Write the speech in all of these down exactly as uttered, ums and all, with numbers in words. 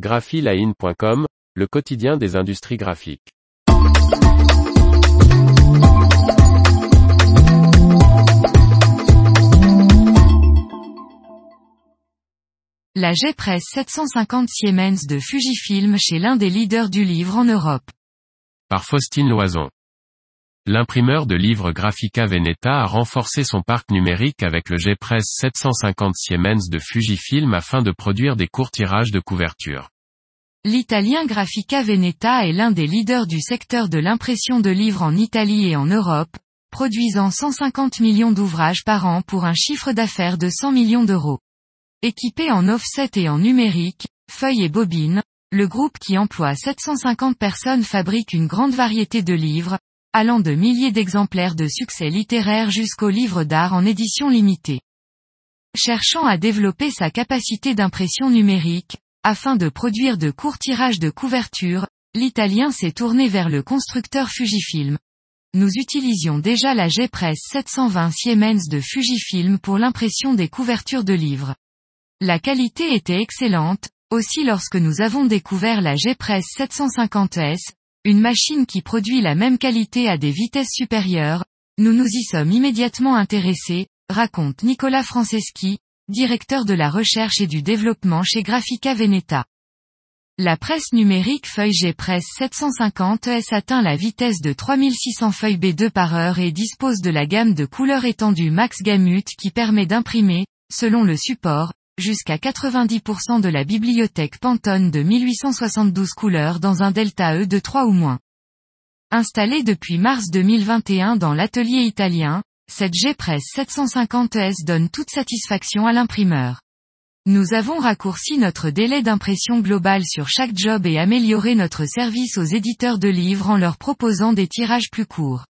graphiline point com, le quotidien des industries graphiques. La G-Press sept cent cinquante Siemens de Fujifilm chez l'un des leaders du livre en Europe. Par Faustine Loison. L'imprimeur de livres Graphica Veneta a renforcé son parc numérique avec le G-Press sept cent cinquante Siemens de Fujifilm afin de produire des courts tirages de couverture. L'italien Graphica Veneta est l'un des leaders du secteur de l'impression de livres en Italie et en Europe, produisant cent cinquante millions d'ouvrages par an pour un chiffre d'affaires de cent millions d'euros. Équipé en offset et en numérique, feuilles et bobines, le groupe qui emploie sept cent cinquante personnes fabrique une grande variété de livres, allant de milliers d'exemplaires de succès littéraires jusqu'aux livres d'art en édition limitée. Cherchant à développer sa capacité d'impression numérique, afin de produire de courts tirages de couverture, l'Italien s'est tourné vers le constructeur Fujifilm. Nous utilisions déjà la G-Press sept cent vingt Siemens de Fujifilm pour l'impression des couvertures de livres. La qualité était excellente, aussi lorsque nous avons découvert la G-Press sept cent cinquante S, une machine qui produit la même qualité à des vitesses supérieures, nous nous y sommes immédiatement intéressés, raconte Nicolas Franceschi, directeur de la recherche et du développement chez Graphica Veneta. La presse numérique feuille G-Press sept cent cinquante S atteint la vitesse de trois mille six cents feuilles B deux par heure et dispose de la gamme de couleurs étendue Max Gamut qui permet d'imprimer, selon le support, jusqu'à quatre-vingt-dix pour cent de la bibliothèque Pantone de mille huit cent soixante-douze couleurs dans un delta E de trois ou moins. Installée depuis mars deux mille vingt et un dans l'atelier italien, cette G-Press sept cent cinquante S donne toute satisfaction à l'imprimeur. Nous avons raccourci notre délai d'impression global sur chaque job et amélioré notre service aux éditeurs de livres en leur proposant des tirages plus courts.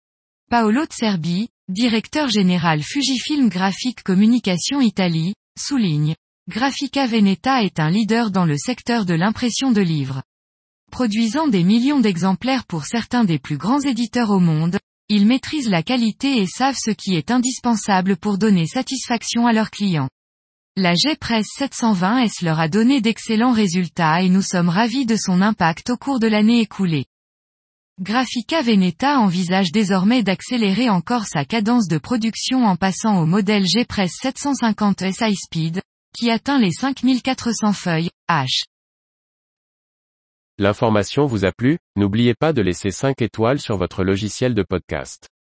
Paolo Zerbi, directeur général Fujifilm Graphique Communication Italie, souligne, Graphica Veneta est un leader dans le secteur de l'impression de livres. Produisant des millions d'exemplaires pour certains des plus grands éditeurs au monde, ils maîtrisent la qualité et savent ce qui est indispensable pour donner satisfaction à leurs clients. La G-Press sept cent vingt S leur a donné d'excellents résultats et nous sommes ravis de son impact au cours de l'année écoulée. Graphica Veneta envisage désormais d'accélérer encore sa cadence de production en passant au modèle G-Press sept cent cinquante S High Speed, qui atteint les cinq mille quatre cents feuilles, H. L'information vous a plu? N'oubliez pas de laisser cinq étoiles sur votre logiciel de podcast.